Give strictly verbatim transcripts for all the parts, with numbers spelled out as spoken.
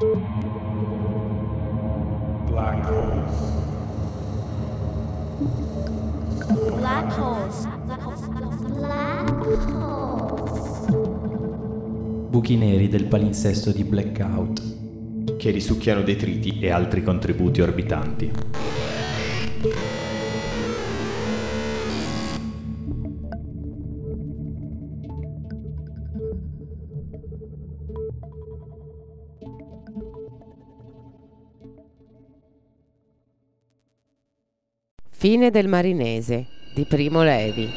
Black holes. Black holes. Black holes. Buchi neri del palinsesto di Blackout, che risucchiano detriti e altri contributi orbitanti. Fine del Marinese di Primo Levi.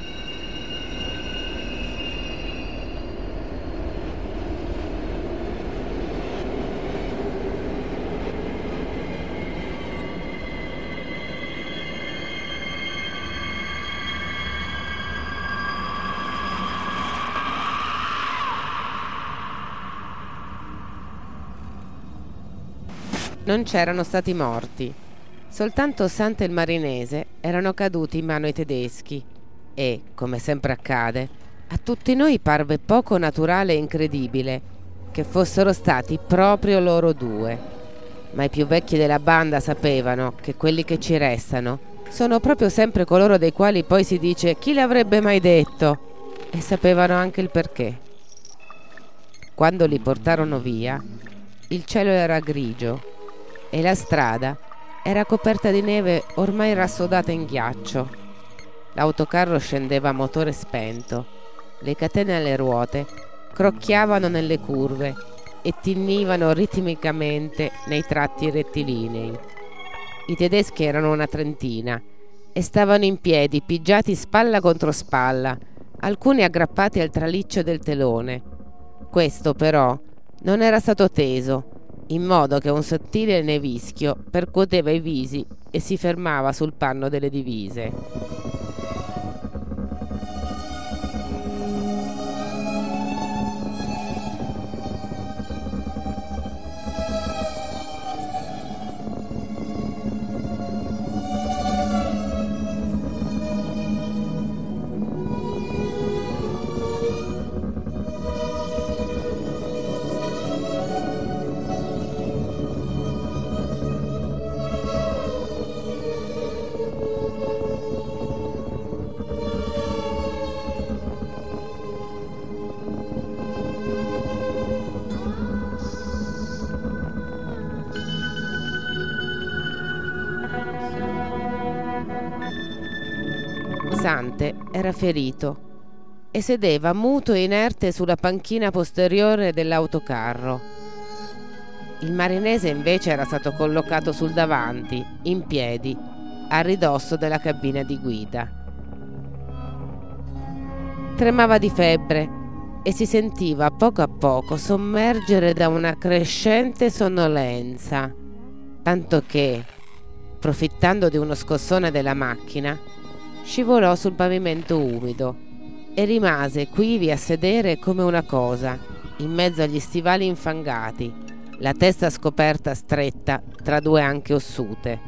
Non c'erano stati morti. Soltanto Sante e il Marinese erano caduti in mano ai tedeschi e, come sempre accade, a tutti noi parve poco naturale e incredibile che fossero stati proprio loro due. Ma i più vecchi della banda sapevano che quelli che ci restano sono proprio sempre coloro dei quali poi si dice chi l'avrebbe mai detto, e sapevano anche il perché. Quando li portarono via, il cielo era grigio e la strada era coperta di neve ormai rassodata in ghiaccio. L'autocarro scendeva a motore spento, le catene alle ruote crocchiavano nelle curve e tinnivano ritmicamente nei tratti rettilinei. I tedeschi erano una trentina e stavano in piedi, pigiati spalla contro spalla, alcuni aggrappati al traliccio del telone. Questo però non era stato teso, in modo che un sottile nevischio percuoteva i visi e si fermava sul panno delle divise. Sante era ferito e sedeva muto e inerte sulla panchina posteriore dell'autocarro. Il Marinese invece era stato collocato sul davanti, in piedi, a ridosso della cabina di guida. Tremava di febbre e si sentiva a poco a poco sommergere da una crescente sonnolenza, tanto che, approfittando di uno scossone della macchina, scivolò sul pavimento umido e rimase quivi a sedere come una cosa, in mezzo agli stivali infangati, la testa scoperta stretta tra due anche ossute.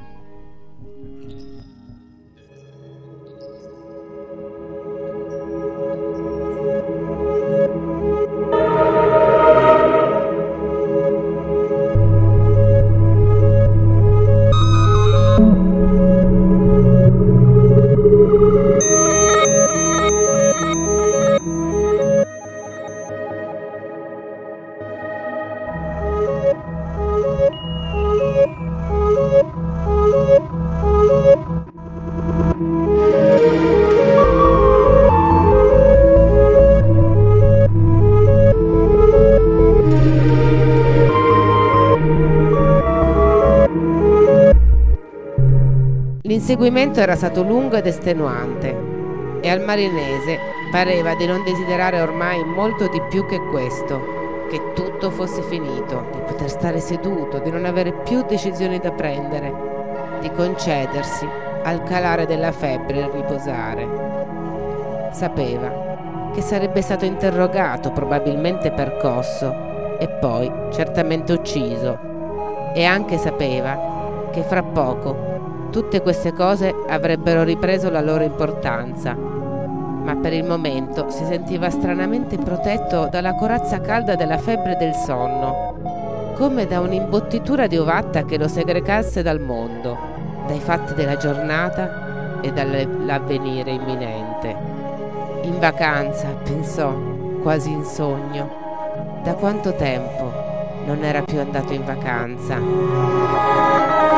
L'inseguimento era stato lungo ed estenuante e al Marinese pareva di non desiderare ormai molto di più che questo, che tutto fosse finito, di poter stare seduto, di non avere più decisioni da prendere, di concedersi al calare della febbre e riposare. Sapeva che sarebbe stato interrogato, probabilmente percosso e poi certamente ucciso, e anche sapeva che fra poco tutte queste cose avrebbero ripreso la loro importanza, ma per il momento si sentiva stranamente protetto dalla corazza calda della febbre del sonno come da un'imbottitura di ovatta che lo segregasse dal mondo, dai fatti della giornata e dall'avvenire imminente. In vacanza, pensò, quasi in sogno. Da quanto tempo non era più andato in vacanza?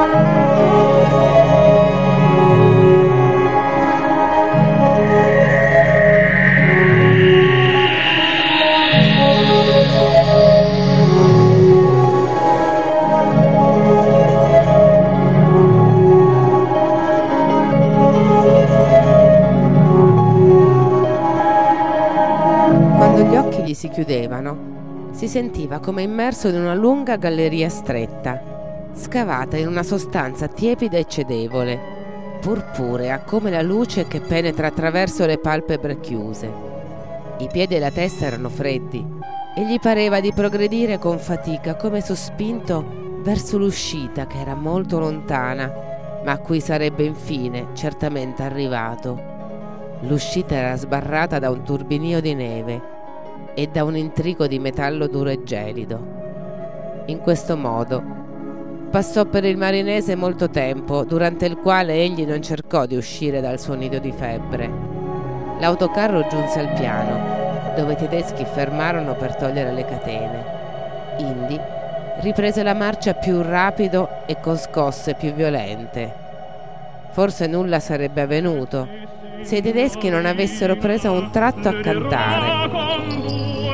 Quando gli occhi gli si chiudevano, si sentiva come immerso in una lunga galleria stretta, scavata in una sostanza tiepida e cedevole, purpurea come la luce che penetra attraverso le palpebre chiuse. I piedi e la testa erano freddi e gli pareva di progredire con fatica, come sospinto verso l'uscita che era molto lontana, ma a cui sarebbe infine certamente arrivato. L'uscita era sbarrata da un turbinio di neve e da un intrico di metallo duro e gelido. In questo modo passò per il marinese molto tempo, durante il quale egli non cercò di uscire dal suo nido di febbre. L'autocarro giunse al piano, dove i tedeschi fermarono per togliere le catene. Indy riprese la marcia più rapido e con scosse più violente. Forse nulla sarebbe avvenuto se i tedeschi non avessero preso un tratto a cantare.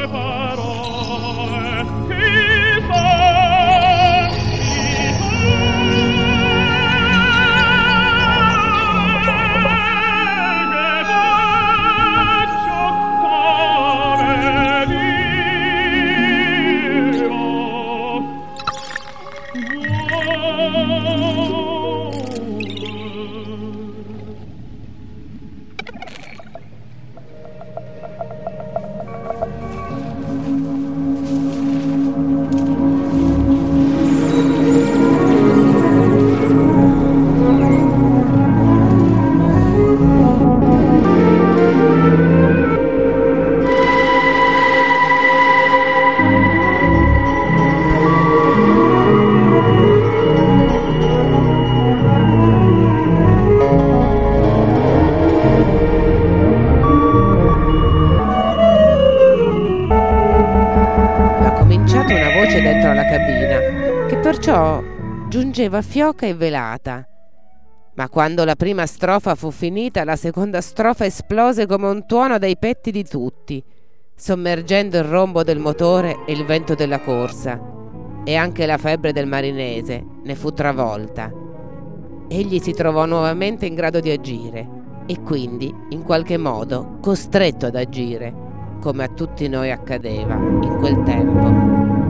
Dentro alla cabina, che perciò giungeva fioca e velata. Ma quando la prima strofa fu finita, la seconda strofa esplose come un tuono dai petti di tutti, sommergendo il rombo del motore e il vento della corsa, e anche la febbre del marinese ne fu travolta. Egli si trovò nuovamente in grado di agire e quindi, in qualche modo, costretto ad agire, come a tutti noi accadeva in quel tempo.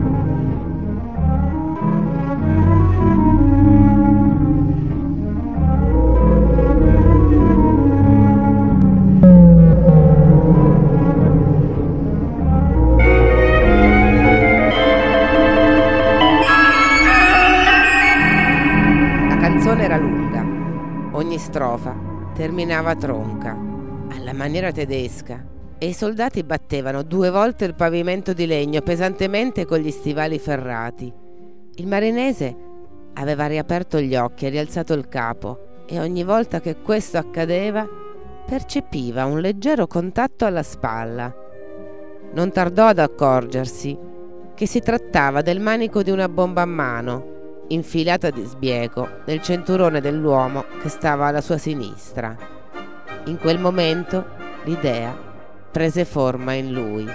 Era lunga, ogni strofa terminava tronca, alla maniera tedesca, e i soldati battevano due volte il pavimento di legno pesantemente con gli stivali ferrati. Il marinese aveva riaperto gli occhi e rialzato il capo, e ogni volta che questo accadeva percepiva un leggero contatto alla spalla. Non tardò ad accorgersi che si trattava del manico di una bomba a mano, infilata di sbiego nel cinturone dell'uomo che stava alla sua sinistra. In quel momento l'idea prese forma in lui.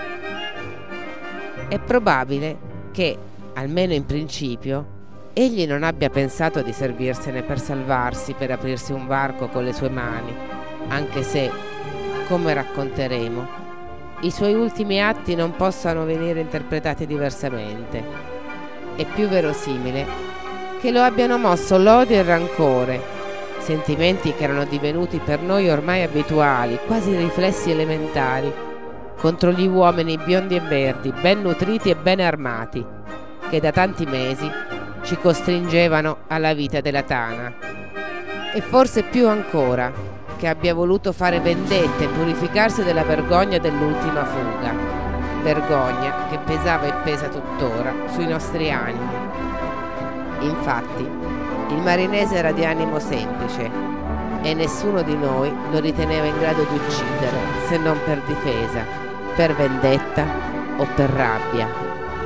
È probabile che, almeno in principio, egli non abbia pensato di servirsene per salvarsi, per aprirsi un varco con le sue mani, anche se, come racconteremo, i suoi ultimi atti non possano venire interpretati diversamente. È più verosimile che lo abbiano mosso l'odio e il rancore, sentimenti che erano divenuti per noi ormai abituali, quasi riflessi elementari, contro gli uomini biondi e verdi, ben nutriti e ben armati, che da tanti mesi ci costringevano alla vita della tana. E forse più ancora che abbia voluto fare vendetta e purificarsi della vergogna dell'ultima fuga, vergogna che pesava e pesa tuttora sui nostri animi. Infatti, il marinese era di animo semplice e nessuno di noi lo riteneva in grado di uccidere se non per difesa, per vendetta o per rabbia.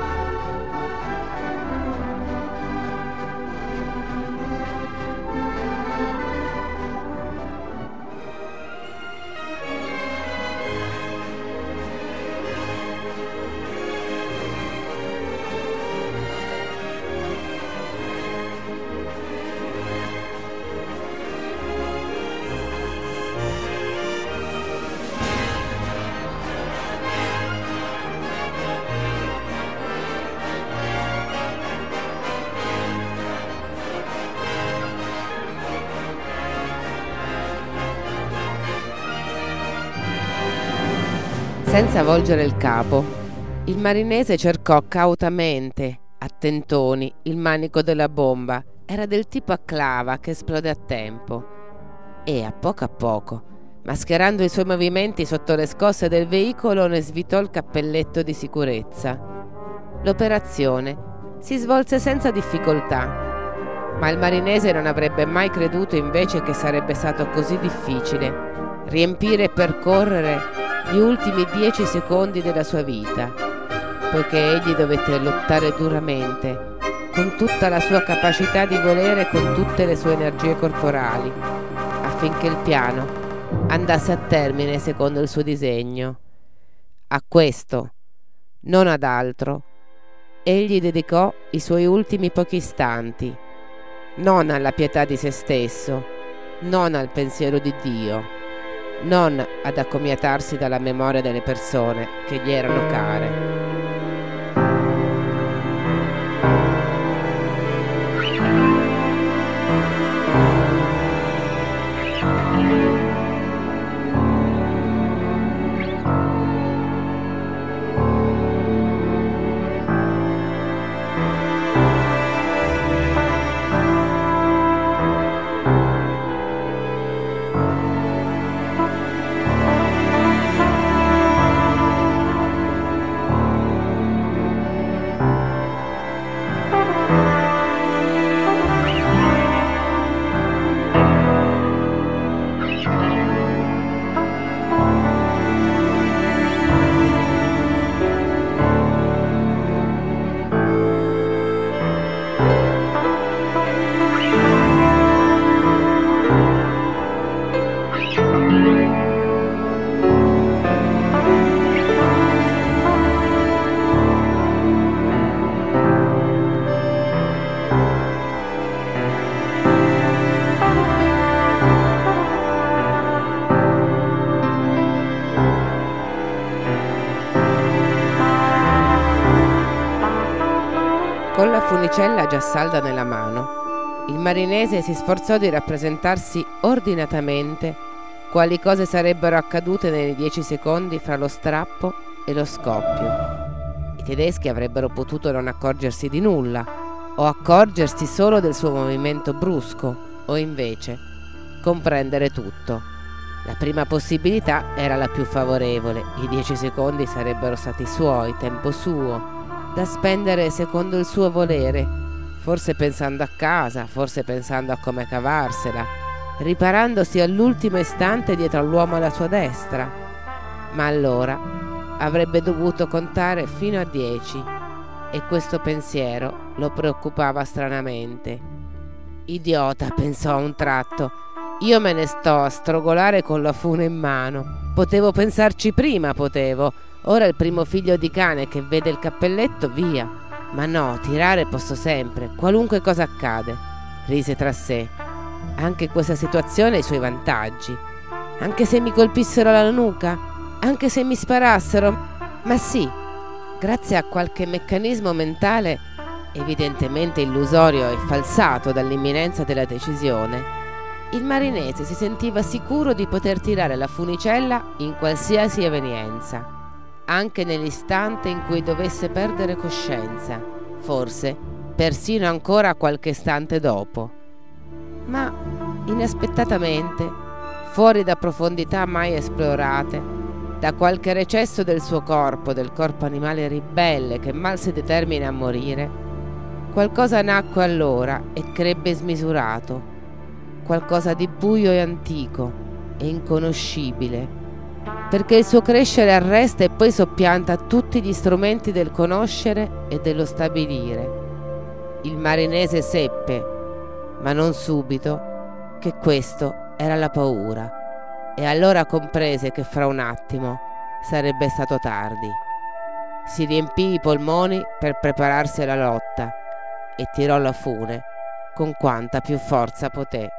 Senza volgere il capo, il marinese cercò cautamente, a tentoni, il manico della bomba. Era del tipo a clava che esplode a tempo. E a poco a poco, mascherando i suoi movimenti sotto le scosse del veicolo, ne svitò il cappelletto di sicurezza. L'operazione si svolse senza difficoltà, ma il marinese non avrebbe mai creduto invece che sarebbe stato così difficile riempire e percorrere gli ultimi dieci secondi della sua vita, poiché egli dovette lottare duramente, con tutta la sua capacità di volere e con tutte le sue energie corporali, affinché il piano andasse a termine secondo il suo disegno. A questo, non ad altro, egli dedicò i suoi ultimi pochi istanti, non alla pietà di se stesso, non al pensiero di Dio, non ad accomiatarsi dalla memoria delle persone che gli erano care. Con la funicella già salda nella mano, il marinese si sforzò di rappresentarsi ordinatamente quali cose sarebbero accadute nei dieci secondi fra lo strappo e lo scoppio. I tedeschi avrebbero potuto non accorgersi di nulla, o accorgersi solo del suo movimento brusco, o invece comprendere tutto. La prima possibilità era la più favorevole: i dieci secondi sarebbero stati suoi, tempo suo, da spendere secondo il suo volere, forse pensando a casa, forse pensando a come cavarsela, riparandosi all'ultimo istante dietro all'uomo alla sua destra. Ma allora avrebbe dovuto contare fino a dieci, e questo pensiero lo preoccupava stranamente. Idiota, pensò a un tratto, io me ne sto a strogolare con la fune in mano. Potevo pensarci prima, potevo. Ora il primo figlio di cane che vede il cappelletto, via. Ma no, tirare posso sempre, qualunque cosa accade. Rise tra sé. Anche questa situazione ha i suoi vantaggi. Anche se mi colpissero la nuca, anche se mi sparassero, ma sì, grazie a qualche meccanismo mentale, evidentemente illusorio e falsato dall'imminenza della decisione, il marinese si sentiva sicuro di poter tirare la funicella in qualsiasi evenienza, anche nell'istante in cui dovesse perdere coscienza, forse persino ancora qualche istante dopo. Ma inaspettatamente, fuori da profondità mai esplorate, Da qualche recesso del suo corpo, del corpo animale ribelle che mal si determina a morire, qualcosa nacque allora e crebbe smisurato, qualcosa di buio e antico e inconoscibile, perché il suo crescere arresta e poi soppianta tutti gli strumenti del conoscere e dello stabilire. Il marinese seppe, ma non subito, che questo era la paura, e allora comprese che fra un attimo sarebbe stato tardi. Si riempì i polmoni per prepararsi alla lotta e tirò la fune con quanta più forza poté.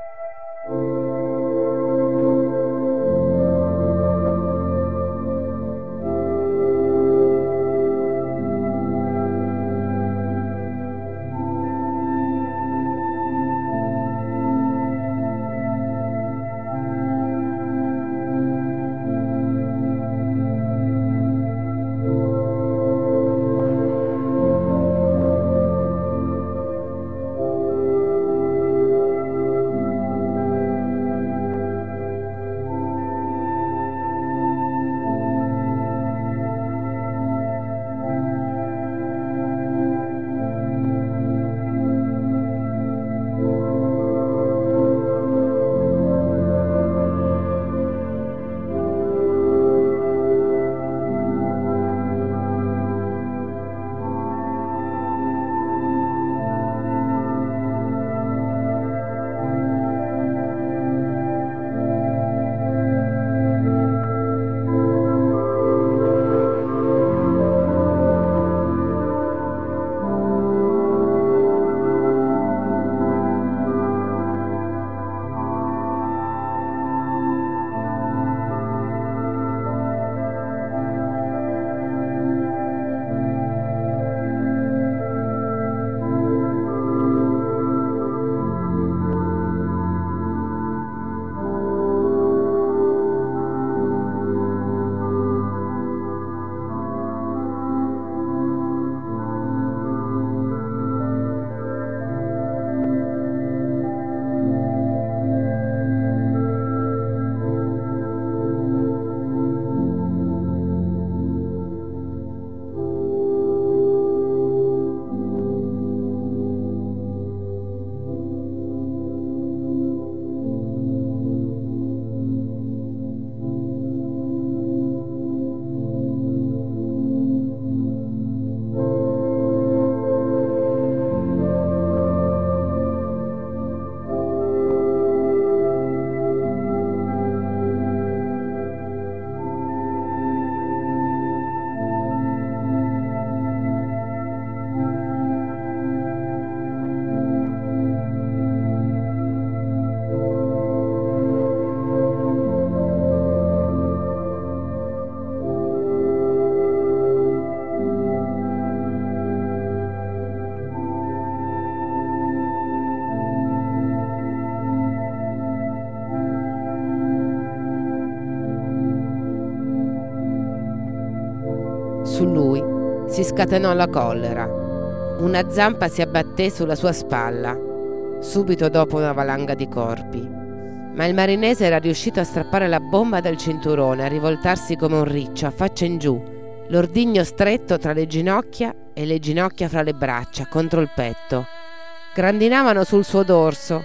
Su lui si scatenò la collera. Una zampa si abbatté sulla sua spalla, subito dopo una valanga di corpi. Ma il marinese era riuscito a strappare la bomba dal cinturone, a rivoltarsi come un riccio, a faccia in giù, l'ordigno stretto tra le ginocchia e le ginocchia fra le braccia, contro il petto. Grandinavano sul suo dorso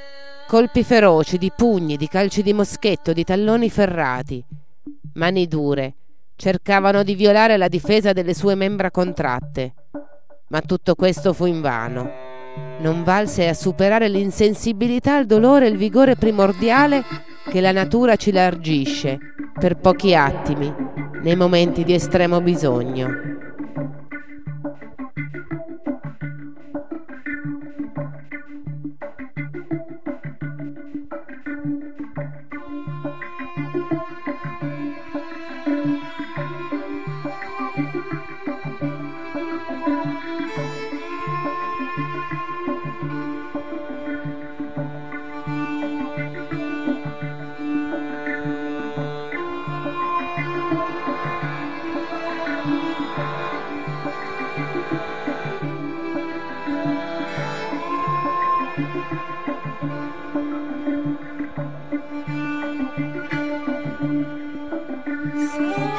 colpi feroci di pugni, di calci di moschetto, di talloni ferrati. Mani dure cercavano di violare la difesa delle sue membra contratte, ma tutto questo fu invano. Non valse a superare l'insensibilità al dolore e il vigore primordiale che la natura ci largisce per pochi attimi nei momenti di estremo bisogno. See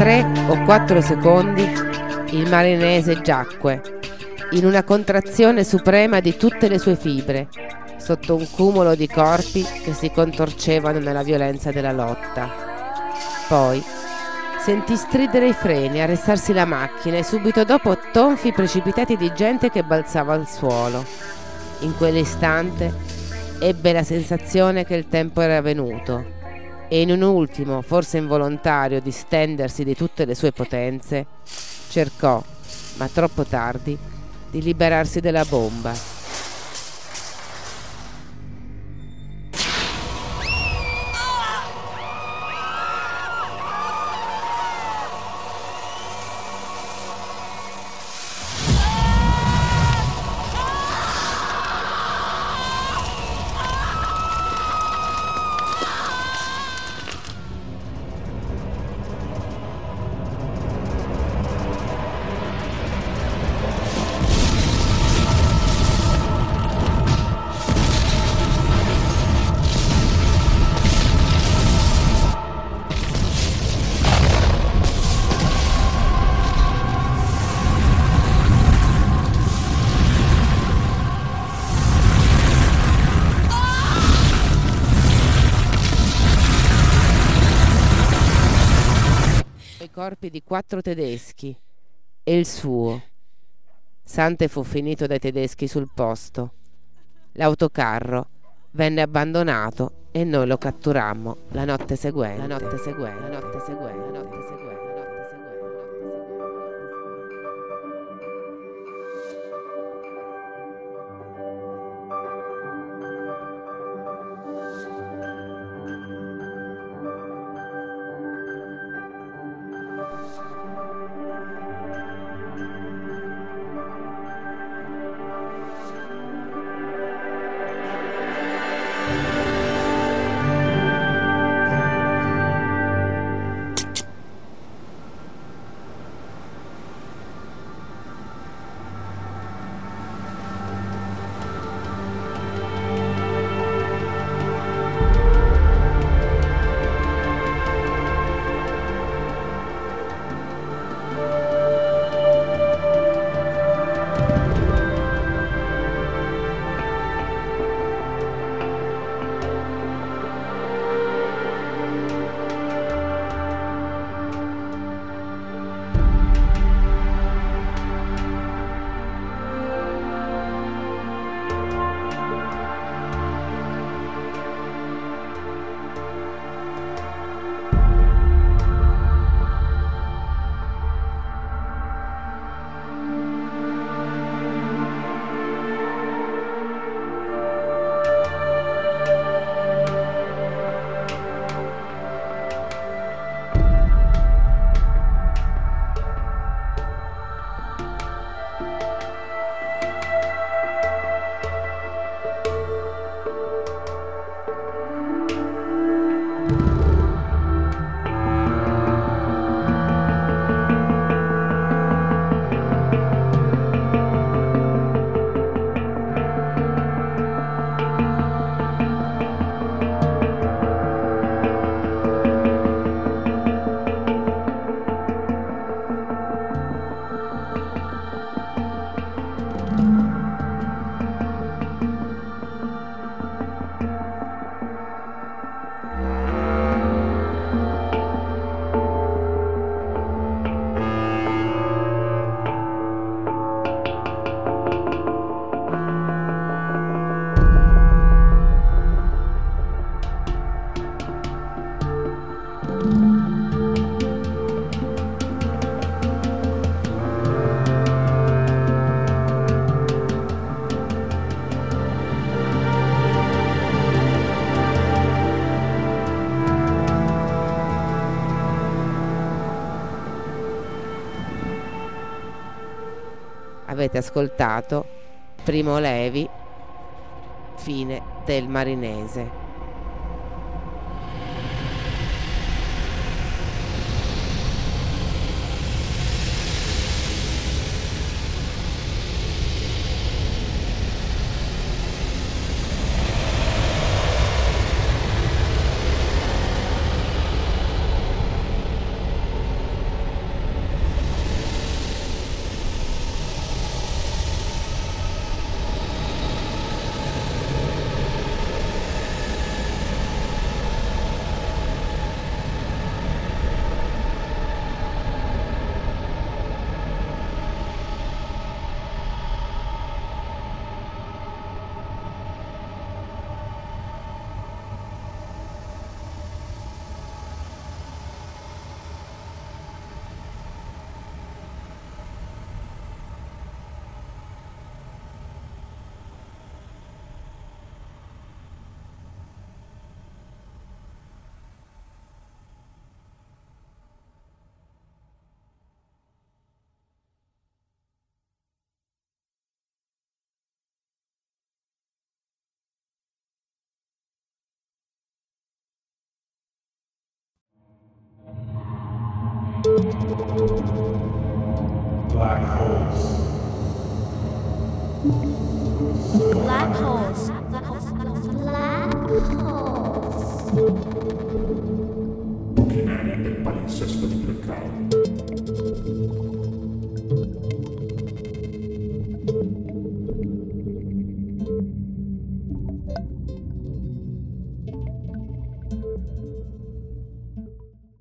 tre o quattro secondi il marinese giacque, in una contrazione suprema di tutte le sue fibre, sotto un cumulo di corpi che si contorcevano nella violenza della lotta. Poi sentì stridere i freni, arrestarsi la macchina e subito dopo tonfi precipitati di gente che balzava al suolo. In quell'istante ebbe la sensazione che il tempo era venuto e in un ultimo, forse involontario, distendersi di tutte le sue potenze, cercò, ma troppo tardi, di liberarsi della bomba. Corpi di quattro tedeschi e il suo. Sante fu finito dai tedeschi sul posto. L'autocarro venne abbandonato e noi lo catturammo la notte seguente. La notte seguente, la notte seguente, la notte seguente. Avete ascoltato Primo Levi, fine del Marinese. Black holes. Black holes. Black holes.